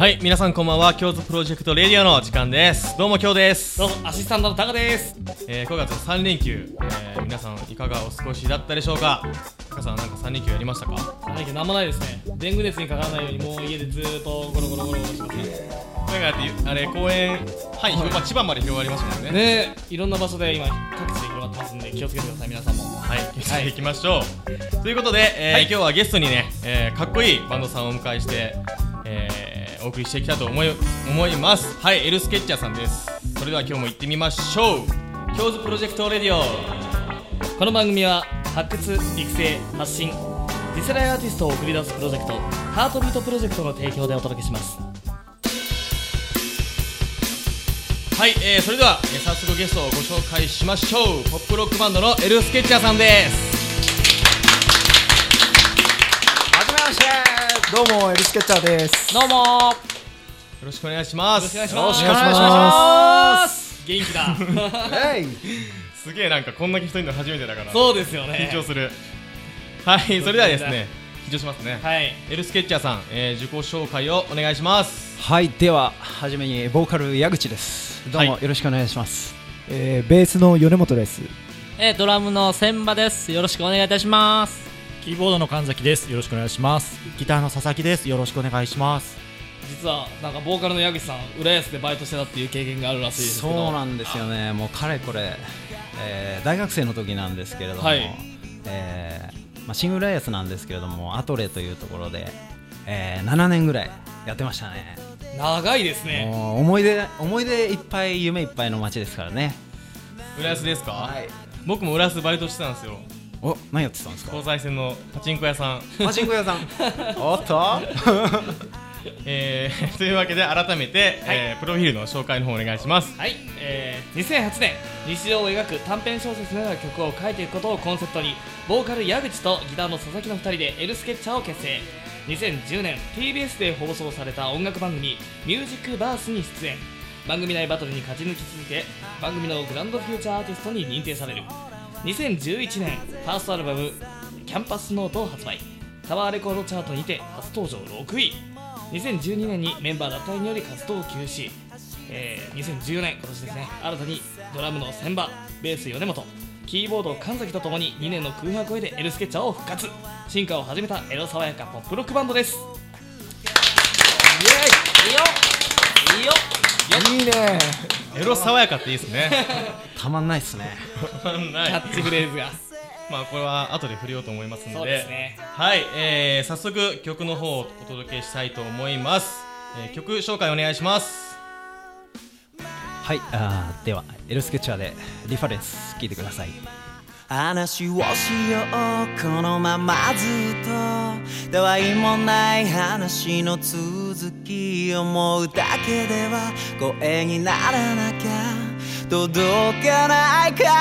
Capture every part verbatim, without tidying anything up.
はい、皆さんこんばんは。京都プロジェクトレディオの時間です。どうも京です。 どうもアシスタントのタカです。 えー、ごがつのさん連休、えー、皆さんいかがお過ごしだったでしょうか。タカさん、なんかさん連休やりましたか？ さん連休なんもないですね。デング熱にかからないようにもう家でずーっとゴロゴロゴロゴロしてますね。 これがあれ公園、はい、まあ、千葉まで広がりましたもんね。 ねえ、いろんな場所で今各地で広がってますんで気をつけてください、皆さんも。 はい、気をつけていきましょう、はい、ということで、えーはい、今日はゲストにね、えー、かっこいいバンドさんをお迎えして、えー、お送りしていきたいと思い、思います。はい、エルスケッチャーさんです。それでは今日も行ってみましょう。京都プロジェクトレディオ。 この番組は発掘、育成、発信、次世代アーティストを送り出すプロジェクトハートビートプロジェクトの提供でお届けします。 はい、えー、それでは、えー、早速ゲストをご紹介しましょう。ポップロックバンドのエルスケッチャーさんです。 はじめまして。どうもエルスケッチャーです。 どうもよろしくお願いします。 よろしくお願いします。 よろしくお願いします。 元気だすげえ、なんかこんだけ人いるの初めてだからそうですよね、 緊張する。はい、それではですね、緊張しますね。 はい、 エルスケッチャーさん、えー、自己紹介をお願いします。 はい、でははじめにボーカル矢口です。どうもよろしくお願いします。 えー、ベースの米本です。 えー、ドラムの千葉です。よろしくお願いいたします。 キーボードの神崎です。よろしくお願いします。 ギターの佐々木です。よろしくお願いします。 実はなんかボーカルの矢口さん、浦安でバイトしてたっていう経験があるらしいですけど。 そうなんですよね。もうかれこれ、えー、大学生の時なんですけれども、はい、えーまあ、新浦安なんですけれども、アトレというところで、えー、ななねんぐらいやってましたね。 長いですね。 もう思い出思い出いっぱい、夢いっぱいの街ですからね。 浦安ですか？ はい、 僕も浦安バイトしてたんですよ。 お、何やってたんですか？ 東西線のパチンコ屋さん。 パチンコ屋さんおっとえー、というわけで改めて、はい、えー、プロフィールの紹介の方お願いします。 はい、えー、にせんはちねん日常を描く短編小説のような曲を書いていくことをコンセプトに、ボーカル矢口とギターの佐々木のふたりでエルスケッチャーを結成。にせんじゅうねん ティービーエス で放送された音楽番組ミュージックバースに出演。番組内バトルに勝ち抜き続け、番組のグランドフューチャーアーティストに認定される。にせんじゅういちねんファーストアルバムキャンパスノートを発売。タワーレコードチャートにて初登場ろくい。にせんじゅうにねんにメンバー脱退により活動を休止。えー、にせんじゅうよねん、今年ですね、新たにドラムの千葉、ベース米本、キーボード神崎とともににねんの空白を経てエルスケッチャーを復活。進化を始めたエロ爽やかポップロックバンドです。 イエーイ、いいよいいよ、 いいね。 エロ爽やかっていいですね。 たまんないっすね。 たまんない。 キャッチフレーズがまあこれは後で振りようと思いますので、 そうですね。 はい、えー、早速曲の方をお届けしたいと思います。えー、曲紹介お願いします。 はい、あーではエルスケッチャーでリファレンス聴いてください。 話をしようこのままずっと、たわいもない話の続き、思うだけでは声にならなきゃ届かないから。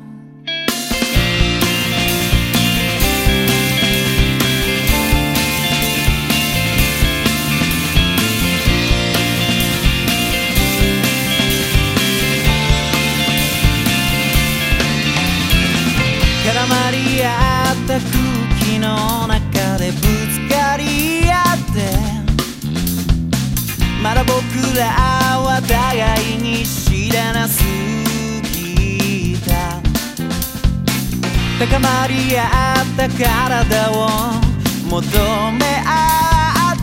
絡まり合った空気の中でぶつかり合って、まだ僕らは互いに知らなすぎた。高まり合った体を求め合って、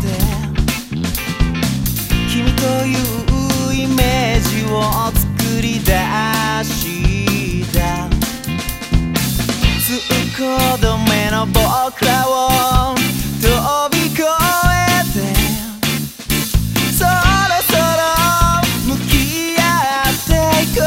君というイメージを作り出した。通行止めの僕らを飛び越えて、そろそろ向き合っていこうよ。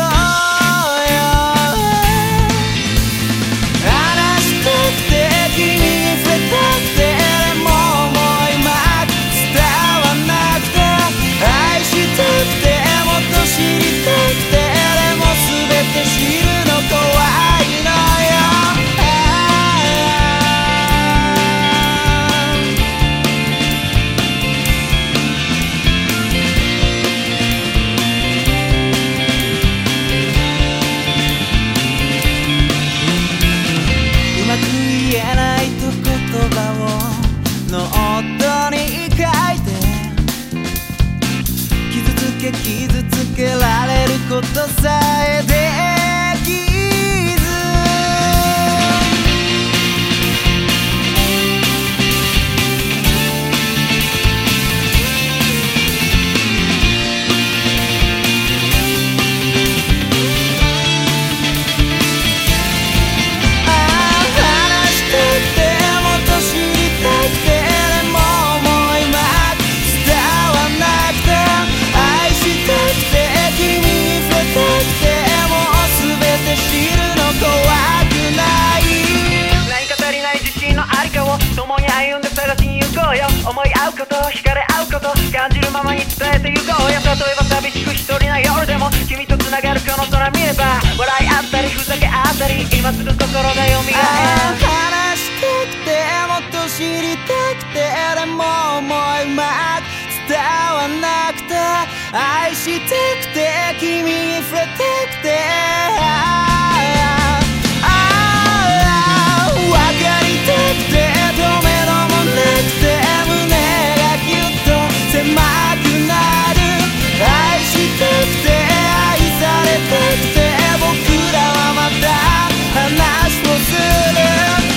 話したくて君に触れたくて、でももう今伝わんなくて、愛したくてもっと知りたくて、でも全て知るの怖いのよ。 感じるままに伝えてゆこうよ。例えば寂しく一人な夜でも君と繋がるこの空見れば笑いあったりふざけあったり今すぐ心がよみがえる。話したくてもっと知りたくてでも思いうまく伝わんなくて愛したくて君に触れたくて分かりたくて止めどもなくて胸がギュッと狭くなる。愛したくて愛されたくて僕らはまた話をする。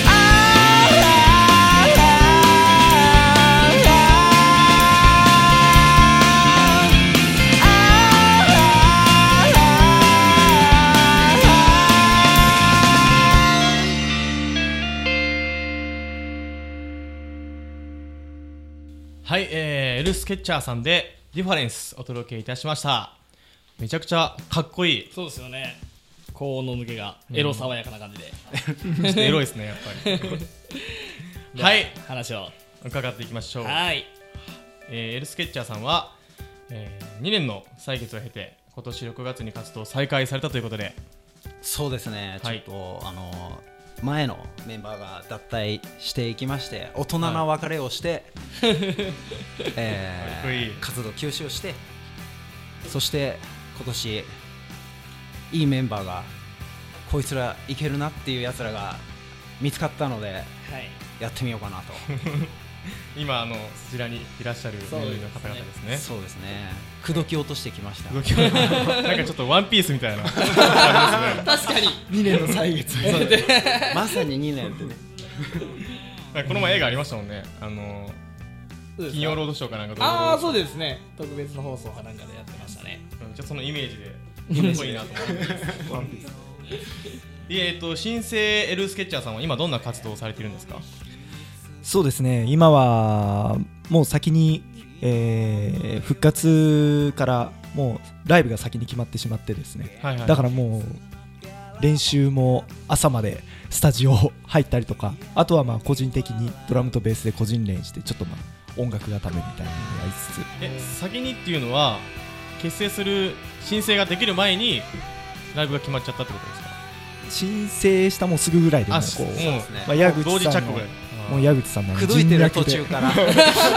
はい、えー、エルスケッチャーさんでディファレンスお届けいたしました。めちゃくちゃかっこいい。 そうですよね。高音の抜けがエロ爽やかな感じで、 うん、ちょっとエロいですねやっぱりはい話を伺っていきましょう。 はい、 えー、エルスケッチャーさんは、えー、にねんの歳月を経て今年ろくがつに活動再開されたということで。 そうですね、はい、ちょっとあの前のメンバーが脱退していきまして大人な別れをして、はいえー、いい活動休止をしてそして今年いいメンバーがこいつらいけるなっていうやつらが見つかったので、はい、やってみようかなと今あのそちらにいらっしゃるメンバーの方々ですね。 そうですね。口説き落としてきました。 なんかちょっとワンピースみたいな確かににねんの歳月まさににねんってねこの前映画ありましたもんね。あの金曜ロードショーかなんか。 ああそうですね。特別の放送かなんかでやってましたね。 じゃあそのイメージでかっこいいなと思ってワンピースえっと新生エルスケッチャーさんは今どんな活動をされているんですか？ そうですね、今はもう先に、えー、復活からもうライブが先に決まってしまってですね、はいはい、だからもう練習も朝までスタジオ入ったりとか、あとはまあ個人的にドラムとベースで個人練してちょっとまあ音楽がためみたいなのをやりつつ、 え先にっていうのは結成する申請ができる前にライブが決まっちゃったってことですか？ 申請したもうすぐぐらいでもうこう、 そうですね、 まあ、矢口同時さんの着ぐらいもう矢口さんの口説いてる途中からもう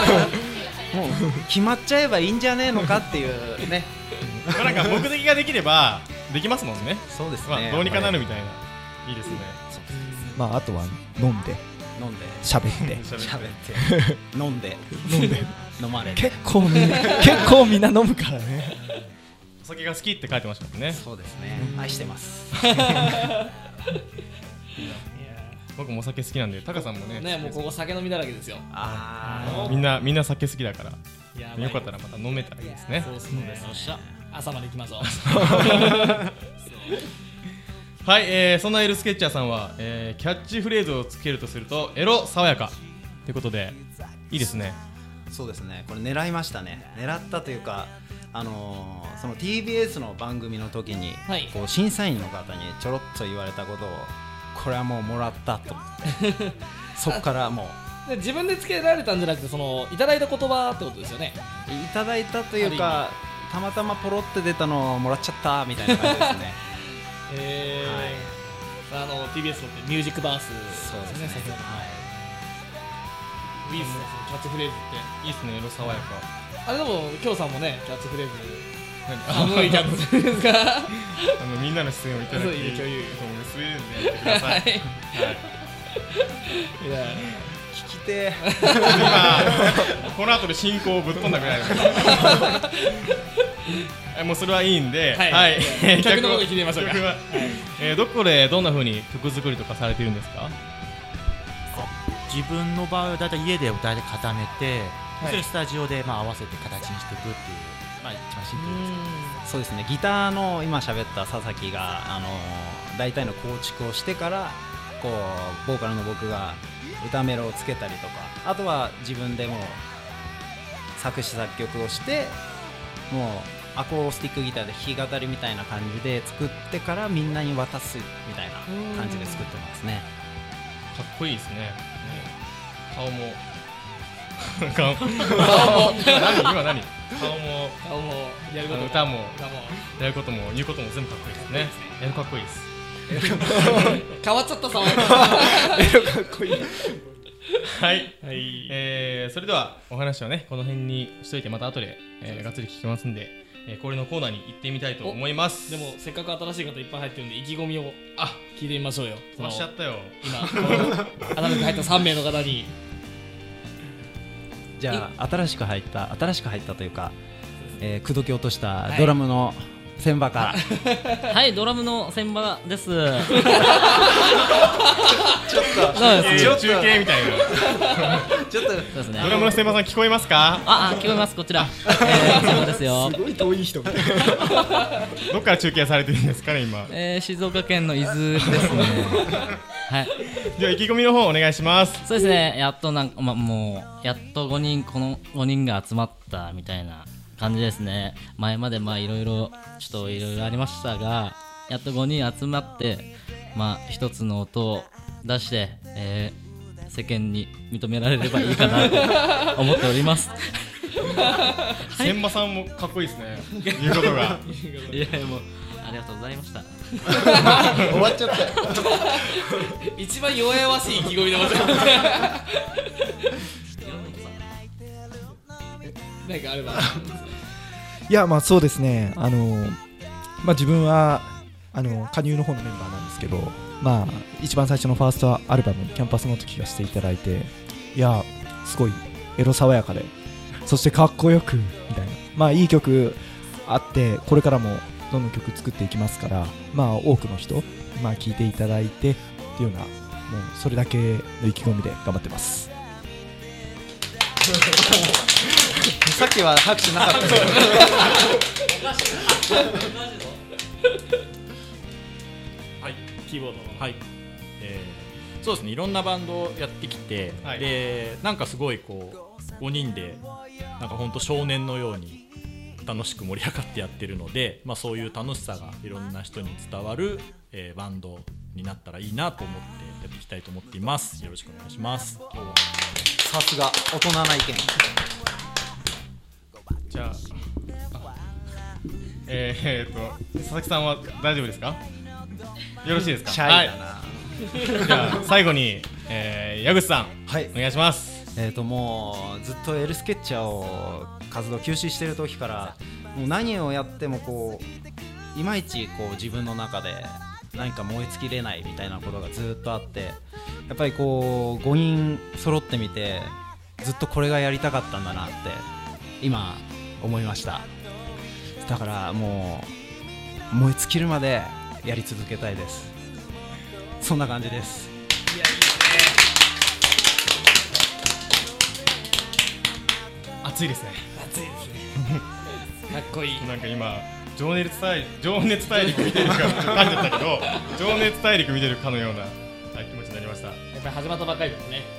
決まっちゃえばいいんじゃねえのかっていうねなんか目的ができればできますもんね。 そうですね、 まあ、どうにかなるみたいな、いいですね。 まああとは飲んで飲んで喋って喋って飲んで飲んで飲まれ結構みんな結構みんな飲むからね。 お酒が好きって書いてましたもんね。 そうですね、愛してます僕もお酒好きなんで、タカさんもね。 ね、もうここ酒飲みだらけですよ。 あみんなみんな酒好きだからやよかったらまた飲めたらいいですね。 そうですね、よっしゃ朝まで行きますぞはい、えー、そんなエルスケッチャーさんは、えー、キャッチフレーズをつけるとするとエロ爽やかということでいいですね。 そうですね、これ狙いましたね。狙ったというか、あのー、その ティービーエス の番組の時に、はい、こう審査員の方にちょろっと言われたことをこれはもうもらったと思ってそっからもうで自分でつけられたんじゃなくて、そのいただいた言葉ってことですよね。 いただいたというか、たまたまポロって出たのをもらっちゃったみたいな感じですねえーはい、あの ティービーエス のミュージックバースそうですね、はい、 いいですね、キャッチフレーズっていいですね、エロ爽やか。 あれでもきょうさんもね、キャッチフレーズ寒いキャッチフレーズがあのみんなの出演をいただき、 そういい共有スウェーデンでやってください、はい、いや聞きて今この後で進行をぶっ飛んだぐらいもうそれはいいんで、はい、はい、 曲のこと聞いてみましょうか。 曲は、えー、どこでどんな風に曲作りとかされているんですか？ 自分の場合はだいたい家で歌で固めて、 はい、 それスタジオでまあ合わせて形にしていくっていう、まあ、一番シンプルです。 そうですね、ギターの今喋った佐々木が、あのー、大体の構築をしてからこうボーカルの僕が歌メロをつけたりとか、あとは自分でも作詞作曲をしてもうアコースティックギターで弾き語りみたいな感じで作ってからみんなに渡すみたいな感じで作ってますね。 かっこいいですね。顔も顔も何今何顔も顔もやることも歌も歌もやることも言うことも全部かっこいいですね。やるかっこいいです。 変わっちゃったさわやかかっこいい。 はい、 はい、 えー、それではお話はねこの辺にしといて、また後で、えー、がっつり聞きますんで、えー、これのコーナーに行ってみたいと思います。 でもせっかく新しい方いっぱい入ってるんで意気込みをあ聞いてみましょうよ。 飛ばしちゃったよ今新しく入ったさん名の方にじゃあ新しく入った新しく入ったというか、えー、口説き落としたドラムの千葉から、 はい、ドラムの千葉ですちょっとそうです中継みたいなちょっとそうですね。 ドラムの千葉さん聞こえますか？ あ、あ、聞こえます、こちら。えー、千葉ですよ。 すごい遠い人みたいな。 どっから中継されてるんですかね今。 えー、静岡県の伊豆ですね。はい。 では意気込みの方お願いします。 そうですね、やっとなんか、ま、もうやっとごにん、このごにんが集まったみたいな感じですね。前までまあいろいろちょっといろいろありましたが、やっとごにん集まってまあ一つの音を出して、えー、世間に認められればいいかなと思っております。 千葉さんもかっこいいですね。言うことが。 いやもうありがとうございました。 終わっちゃったよ。 一番弱々しい意気込みで終わっちゃった何かあれば。 いやまあそうですね、あのまあ自分はあの加入の方のメンバーなんですけど、まあ一番最初のファーストアルバムキャンパスの時聴かせていただいて、いやすごいエロ爽やかで、そしてかっこよくみたいな、まあいい曲あって、これからもどんどん曲作っていきますから、まあ多くの人まあ聴いていただいてっていうような、もうそれだけの意気込みで頑張ってます。さっきは拍手なかったけどはい、 キーボードのはい、えー、そうですね、いろんなバンドをやってきて、はい、でなんかすごいこうごにんでなんか本当少年のように楽しく盛り上がってやってるので、まあ、そういう楽しさがいろんな人に伝わる、えー、バンドになったらいいなと思ってやっていきたいと思っています。よろしくお願いします。今日はさすが大人な意見。 じゃあ、あえー、えー、っと佐々木さんは大丈夫ですか？よろしいですか？ シャイだな、 はい、じゃあ最後に、えー、矢口さん、 はい、 お願いします。 えーともうずっとエルスケッチャーを活動休止してる時から、もう何をやってもこういまいちこう自分の中で何か燃え尽きれないみたいなことがずっとあって、やっぱりこうごにん揃ってみてずっとこれがやりたかったんだなって今思いました。だからもう燃え尽きるまでやり続けたいです。そんな感じです。 いやいいですね。熱いですね。 熱いですね。かっこいい。 なんか今情熱大情熱大陸見てるかちょっと感じたけど情熱大陸見てるかのような気持ちになりました。やっぱり始まったばかりですね。はい。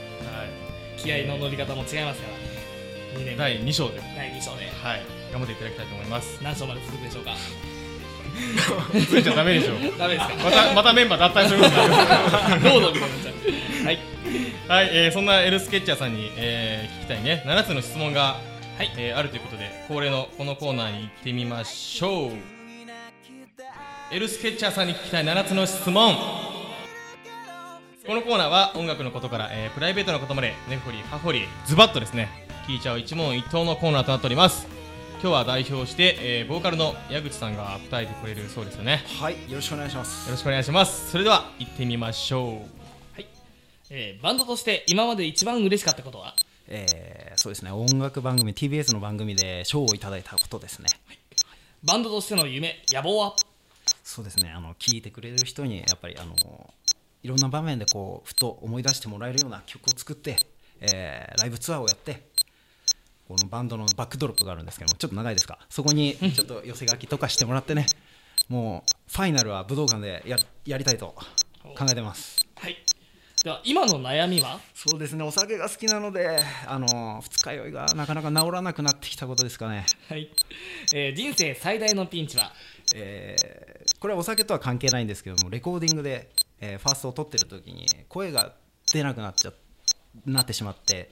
気合の乗り方も違いますから。にねんだいに章で。だいに章で。はい。頑張っていただきたいと思います。何章まで続くでしょうか。 続いちゃダメでしょ。 ダメですか。 またまたメンバー脱退することになる。 ロードみたいになっちゃう。はい。 はい、えー、そんなエルスケッチャーさんに、えー、聞きたいねななつの質問が、はいえー、あるということで、恒例のこのコーナーに行ってみましょう。エルスケッチャーさんに聞きたいななつの質問。このコーナーは音楽のことから、えー、プライベートなことまで根掘り葉掘りズバッとですね聞いちゃう一問一答のコーナーとなっております。今日は代表して、えー、ボーカルの矢口さんが答えてくれるそうですよね。 はい、よろしくお願いします。 よろしくお願いします。それでは行ってみましょう。 はい、えー、バンドとして今まで一番嬉しかったことは？ えー、そうですね、音楽番組 ティービーエス の番組で賞をいただいたことですね。はい、 バンドとしての夢野望は？ そうですね、あの聴いてくれる人にやっぱりあのいろんな場面でこうふと思い出してもらえるような曲を作って、えー、ライブツアーをやって、このバンドのバックドロップがあるんですけども、ちょっと長いですか、そこにちょっと寄せ書きとかしてもらってねもうファイナルは武道館で や, やりたいと考えてます。 はい、では今の悩みは？ そうですね、お酒が好きなのであの二日酔いがなかなか治らなくなってきたことですかね。 はい、えー、人生最大のピンチは？ えー、これはお酒とは関係ないんですけども、レコーディングで、えー、ファーストを撮ってる時に声が出なくなっちゃなってしまって、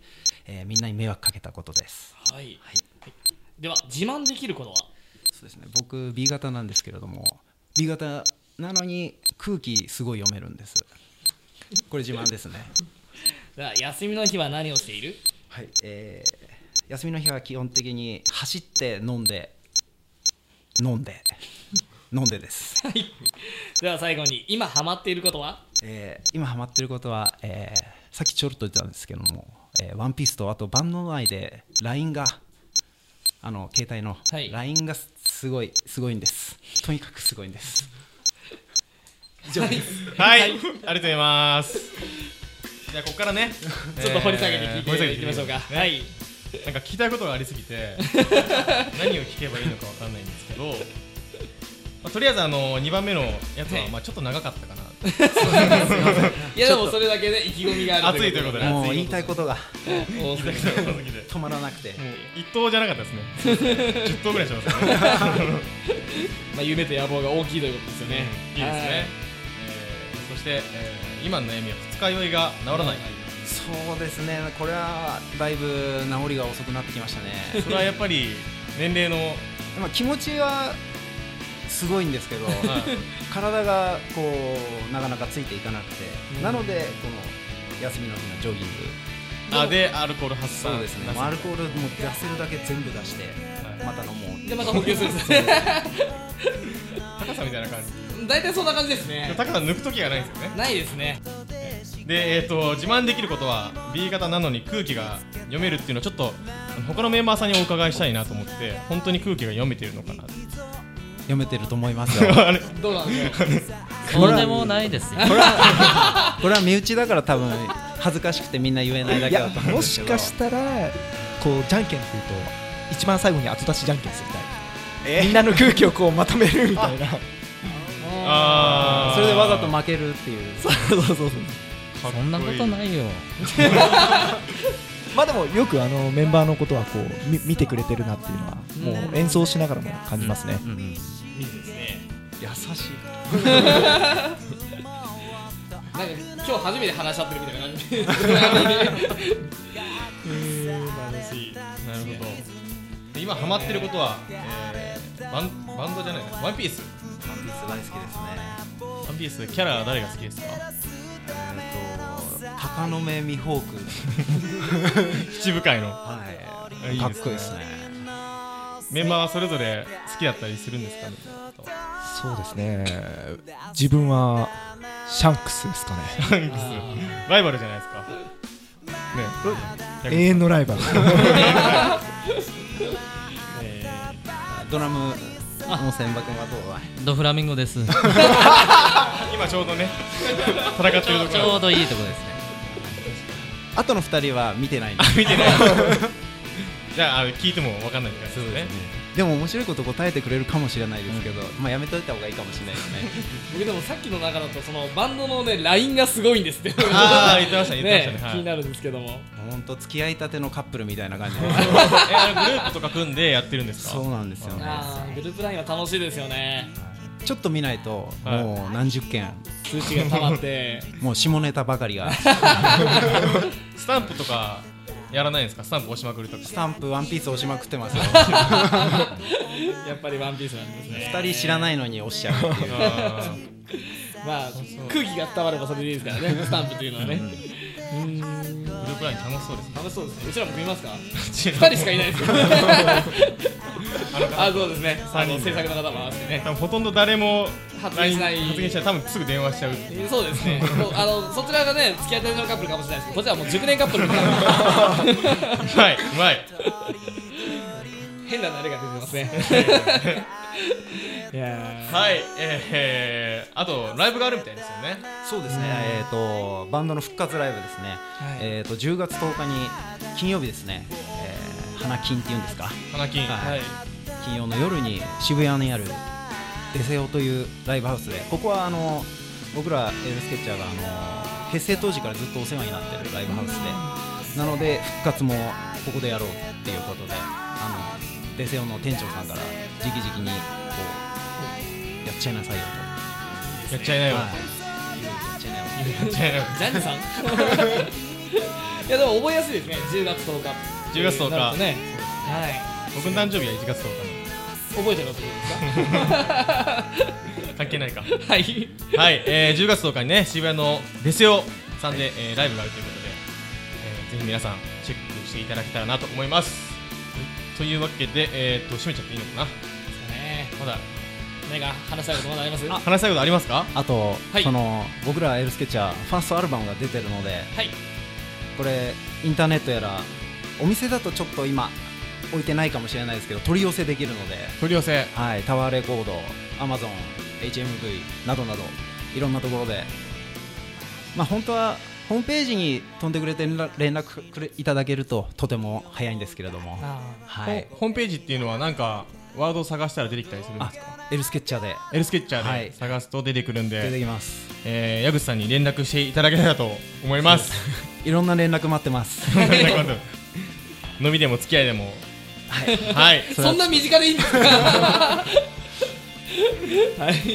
えー、みんなに迷惑かけたことです。 はい、はい、では自慢できることは？ そうですね、僕 ビー 型なんですけれども ビー 型なのに空気すごい読めるんです。これ自慢ですね。 では休みの日は何をしている？ はい、えー、休みの日は基本的に走って飲んで飲んで飲んでです。 はい。では最後に今ハマっていることは？ えー、今ハマっていることは、えー、さっきちょろっと言ったんですけども、えー、ワンピースとあとバンド内で ライン があの携帯の ライン がすごいすごいんです。とにかくすごいんです。 以上です。はい、はい、ありがとうございます。じゃあここからねちょっと掘り下げて聞いていきましょうか。ね、はい。 なんか聞きたいことがありすぎて何を聞けばいいのかわかんないんですけど、まあ、とりあえずあのにばんめのやつはまあちょっと長かったかな。 いやでもそれだけで意気込みがある熱いということで、 もう言いたいことが止まらなくて一投じゃなかったですね。じゅっ投ぐらいしますね。 まあ夢と野望が大きいということですよね。 いいですね。そして、えー、今の悩みは二日酔いが治らない、はい、 そうですね、これはだいぶ治りが遅くなってきましたね。 それはやっぱり年齢の、 まあ、気持ちはすごいんですけど、はい、体がこうなかなかついていかなくて、うん、なのでこの休みの日のジョギングあでアルコール発散、 そうですね、アルコールも出せるだけ全部出して、はい、また飲もうでまた補給するんですね。 高さみたいな感じ。 大体そんな感じですね。 高さ抜く時がないんですよね。 ないですね。 で、えー、と自慢できることは ビー 型なのに空気が読めるっていうのをちょっと他のメンバーさんにお伺いしたいなと思って、本当に空気が読めてるのかな。 読めてると思いますよ。 あれどうなんでしょう。 そうでもないですよ。 これはこれは身内だから多分恥ずかしくてみんな言えないだけだと思うんもですけど、 しかしたらこうじゃんけんっていうと一番最後に後出しじゃんけんするみたいな、えー、みんなの空気をこうまとめるみたいな。 ああそれでわざと負けるっていう。 そうそうそうそう。 そんなことないよ。 まあでもよくあのメンバーのことはこうみ見てくれてるなっていうのはもう演奏しながらも感じますね。 うんうんうん、いいですね。 優しい。 なんか今日初めて話し合ってるみたいな感じ。 楽しい。なるほど。今ハマってることは、えー、バンバンドじゃないな、ワンピース。 ワンピース大好きですね。 ワンピースキャラ誰が好きですか？ えーと鷹の目ミホーク。 七部会の。 はい。 いいですね。 かっこいいですね。 メンバーはそれぞれ好きだったりするんですかね。 そうですね。自分はシャンクスですかね。 シャンクス。ライバルじゃないですか。 ね。永遠のライバル。 えー、ドラム。もう千葉君はどうだい？ ドフラミンゴです。 今ちょうどね戦ってるところ。 ちょうどいいところですね。 あとの二人は見てないんで。 見てない。じゃあ聞いても分かんないって感じですね。 でも面白いこと答えてくれるかもしれないですけど、うん、まあやめといた方がいいかもしれないですね。 僕でもさっきの中だとそのバンドのね ライン がすごいんですって。 ああ言ってました言ってましたね。 気になるんですけども。 本当付き合いたてのカップルみたいな感じで。 えあのグループとか組んでやってるんですか？ そうなんですよね。 あグループラインは楽しいですよね。 ちょっと見ないともう何十件通知が溜まってもう下ネタばかりが。 スタンプとかやらないんですか？スタンプ押しまくるとか。 スタンプワンピース押しまくってますよ。 やっぱりワンピースなんですね。 ふたり知らないのに押しちゃうっていう。 まあ空気が伝わればそれでいいですからね。スタンプというのはね。 うん、グループライン楽しそうですね。 楽しそうですね。うちらも組みますか？ふたりしかいないですけど。あ、そうですね。あの制作の方も合わせてね。 多分ほとんど誰も発言しない。 発言しない。多分すぐ電話しちゃう。 そうですね。あのそちらがね付き合いたてのカップルかもしれないですけど、こちらはもう熟年カップルみたいな。 うまいうまい。 変な慣れが出てますね。いやはい、えー、あとライブがあるみたいですよね。 そうですね、えーとバンドの復活ライブですね、はい、えーとじゅうがつとおかに金曜日ですね、えー、花金っていうんですか、 花金、はい、 金曜の夜に渋谷にあるデセオというライブハウスで、ここはあの僕らエルスケッチャーがあの結成当時からずっとお世話になっているライブハウスで、なので復活もここでやろうっていうことで、あのデセオの店長さんから直々にこうやっちゃいなさいよと、やっちゃいなよ、はい、 やっちゃいなよ、 やっちゃいなよ、 ジャンジさんいやでも覚えやすいですね。じゅうがつとおかじゅうがつとおか、 なるとね、はい、 僕の誕生日はいちがつとおか覚えてるってことですか？ 関係ないか。 はいはい、えー、じゅうがつとおかにね渋谷のレセオさんで、えー、ライブがあるということで、えー、ぜひ皆さんチェックしていただけたらなと思います、はい、というわけで、えー、っと締めちゃっていいのかな。 ですね。 まだ何か話したいことまだあります？ あ、話したいことありますか？ あと、 はい、 その僕らエルスケッチャーファーストアルバムが出てるので、 はい、 これインターネットやらお店だとちょっと今置いてないかもしれないですけど取り寄せできるので、 取り寄せ、 はい、タワーレコード、アマゾン、エイチエムブイ などなどいろんなところで、まあ本当はホームページに飛んでくれて連絡くれいただけるととても早いんですけれども、 はい、ホームページっていうのはなんかワードを探したら出てきたりするんですか？ エルスケッチャーでエルスケッチャーで探すと出てくるんで、はい、 出てきます。 えー、矢口さんに連絡していただけたらと思います。 いろんな連絡待ってます。 飲みでも付き合いでも、 はい、 はい、 そんな身近でいいんですか？はい、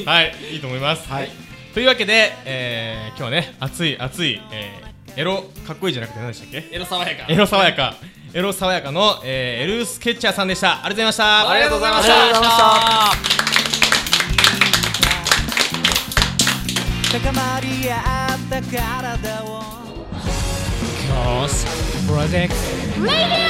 はい、いいと思います。はい、というわけで、えー、今日はね熱い熱い、えー、エロかっこいいじゃなくて何でしたっけ？ エロ爽やか。 エロ爽やか。エロ爽やかの、えー、エルスケッチャーさんでした。ありがとうございました。 ありがとうございました。 高まり合った体をキョスプロジェクトラディ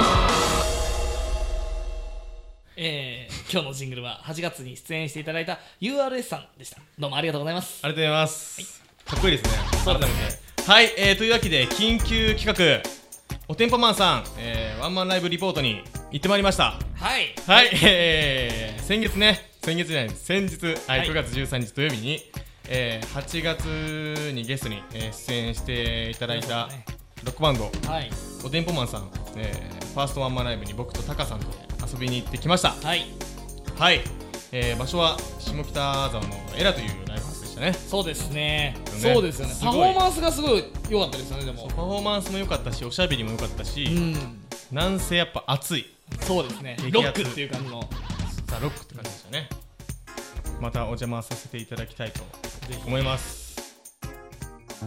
オ。えー、今日のジングルははちがつに出演していただいた ユーアールエス さんでした。どうもありがとうございます。 ありがとうございます、はい、かっこいいですね。 そうですね。 改めてはい、えー、というわけで緊急企画おてんぱマンさん、えー、ワンマンライブリポートに行ってまいりました。 はいはい、えー、先月ね先月じゃないです先日、はいはい、くがつじゅうさんにち土曜日に、えー、はちがつにゲストに、えー、出演していただいたロックバンド、はい、おてんぽマンさん、えー、ファーストワンマンライブに僕とタカさんと遊びに行ってきました。はい、はい、えー、場所は下北沢のエラというライブハウスでしたね。 そうですね。そうですよね。パフォーマンスがすごい良かったですよね。でもパフォーマンスも良かったしおしゃべりも良かったし、うん、なんせやっぱ熱い。 そうですね。ロックっていう感じのザ・ロックって感じでしたね。またお邪魔させていただきたいと思います。はい、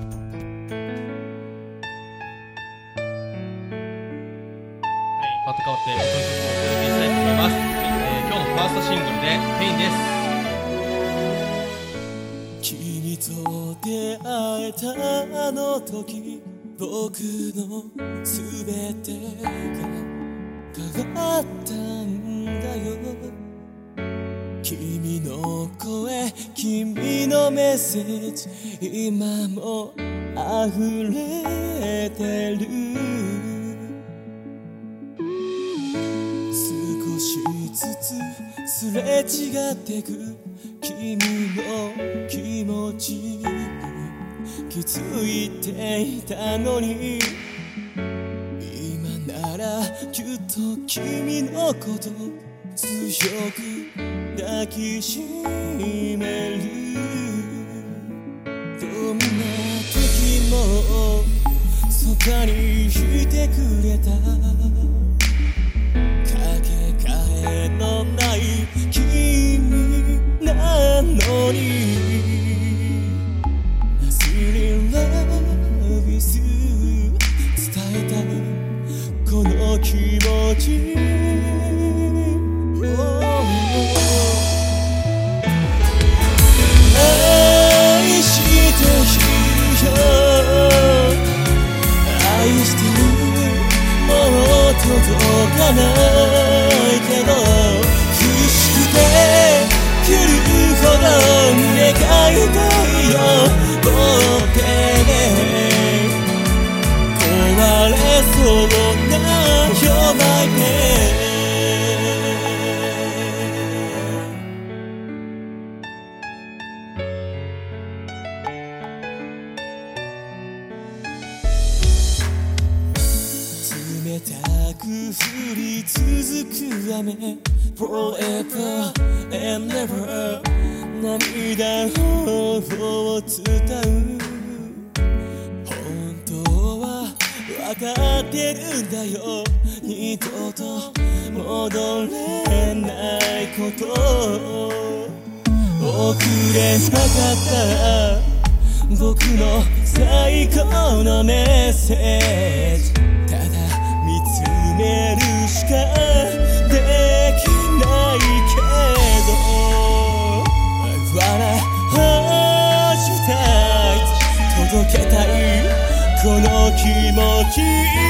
パッと変わって僕の曲をお届けしたいと思います。えー、今日のファーストシングルで「ペイン」です。 君と出会えたあの時僕の全てが変わったんだよ。君の声君のメッセージ今も溢れてる。少しずつすれ違ってく君の気持ちに気づいていたのに今ならきっと君のこと強く抱きしめる。どんな時もそばにいてくれたかけがえのない君なのに忘れラビス伝えたいこの気持ち愛しているよ愛してるもう届かないけど苦しくて来るほど願いたいよ持って壊れそうな You're my pain。冷たく降り続く雨 Forever and never 涙を伝う本当は分かってるんだよ二度と戻れないこと遅れなかった僕の最高のメッセージ、ただ見つめるしかできないけど I wanna hold you tight 届けたいこの気持ち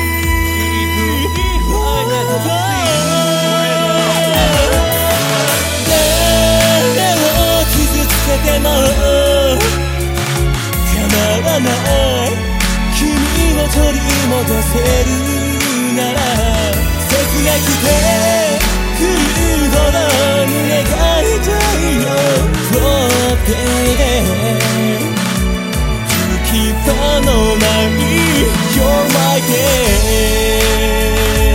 誰を傷つけても構わない君を取り戻せるなら切なくて来るほど胸が痛いよ Oh baby Keep on on my knee You're my babe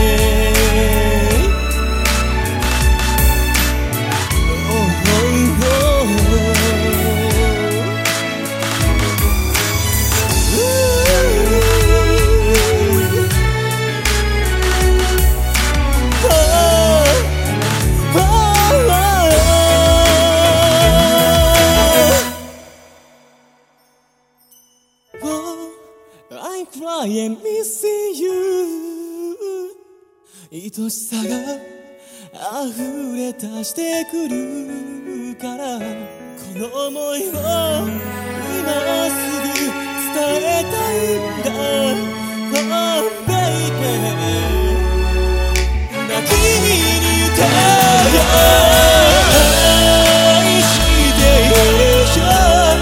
I am missing you 愛しさが溢れ出してくるからこの想いを今すぐ伝えたいんだ Oh baby 泣きに言ったよ愛しているよ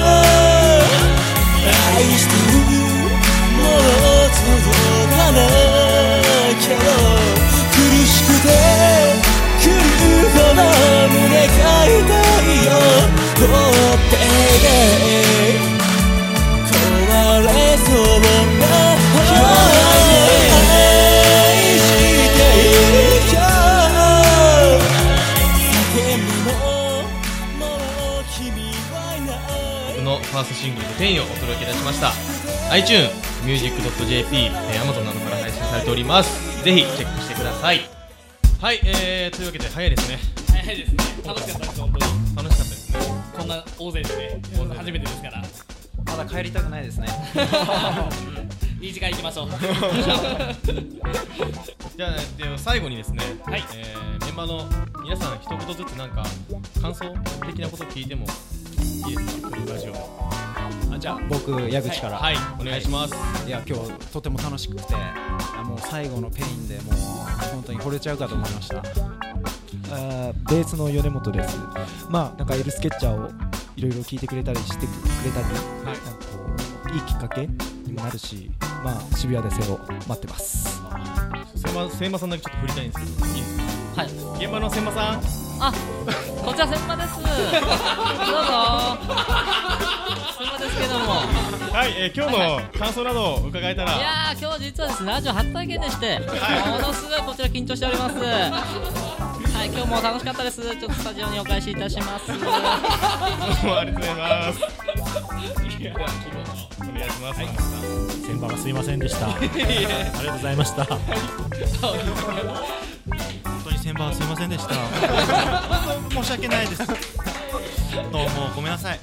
愛してる届かないけど苦しくて来るほど胸が痛いよ Oh baby 壊れそうな愛しているよ叫んでももう君はいないこのファーストシングルの天意をお届けいたしました。 iTunesミュージックドットジェーピー、えー、Amazon などから配信されております。ぜひチェックしてください。はい、えー、というわけで早いですね。 早いですね。楽しかったです本当に。 楽しかったですね。 こんな大勢でね、初めてですから。 まだ帰りたくないですね。 いい時間行きましょう。 じゃあ、では最後にですね、 はい、 えー、メンバーの皆さん一言ずつなんか感想的なこと聞いてもいいですか？このラジオの。 あ、じゃあ僕矢口から、 はい、はい、お願いします。 いや今日とても楽しくて、もう最後のペインでもう本当に惚れちゃうかと思いました。 あベースの米本です。まあなんかエルスケッチャーをいろいろ聞いてくれたりしてくれたり、はい、なんかこういいきっかけにもなるし、まあ渋谷でセロ待ってます。 せませんまさんだけちょっと振りたいんですけど、いいですか？ はい。 現場のせんまさん。 あ、こちらせんまです。どうぞ。せんまですけども。 はい、えー、今日の感想などを伺えたら。 いやー、今日実はですね、ラジオ初体験でして、はい、ものすごいこちら緊張しております。はい、今日も楽しかったです。ちょっとスタジオにお返しいたします。どうもありがとうございます。お願いします。 先輩はすいませんでした。ありがとうございました。本当に先輩はすいませんでした。申し訳ないです。どうもごめんなさい。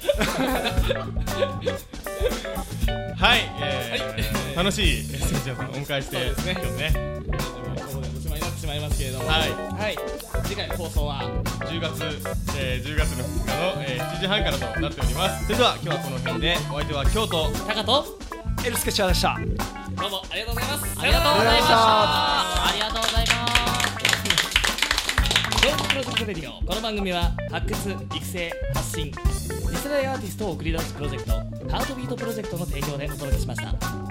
はい、えー、楽しいエステージさんをお迎えしてですね、今日ね。 おしまいになってしまいますけれども、 はい、 はい、次回の放送はじゅうがつ、えー、じゅうがつのふつかの、えー、しちじはんからとなっております。それでは今日はこの辺で、お相手は京都タカとエルスケッチャーでした。 どうもありがとうございます。 ありがとうございました。ありがとうございます。 ローズプロジェクトレディオ。この番組は発掘、育成、発信、次世代アーティストを送り出すプロジェクトハートビートプロジェクトの提供でお届けしました。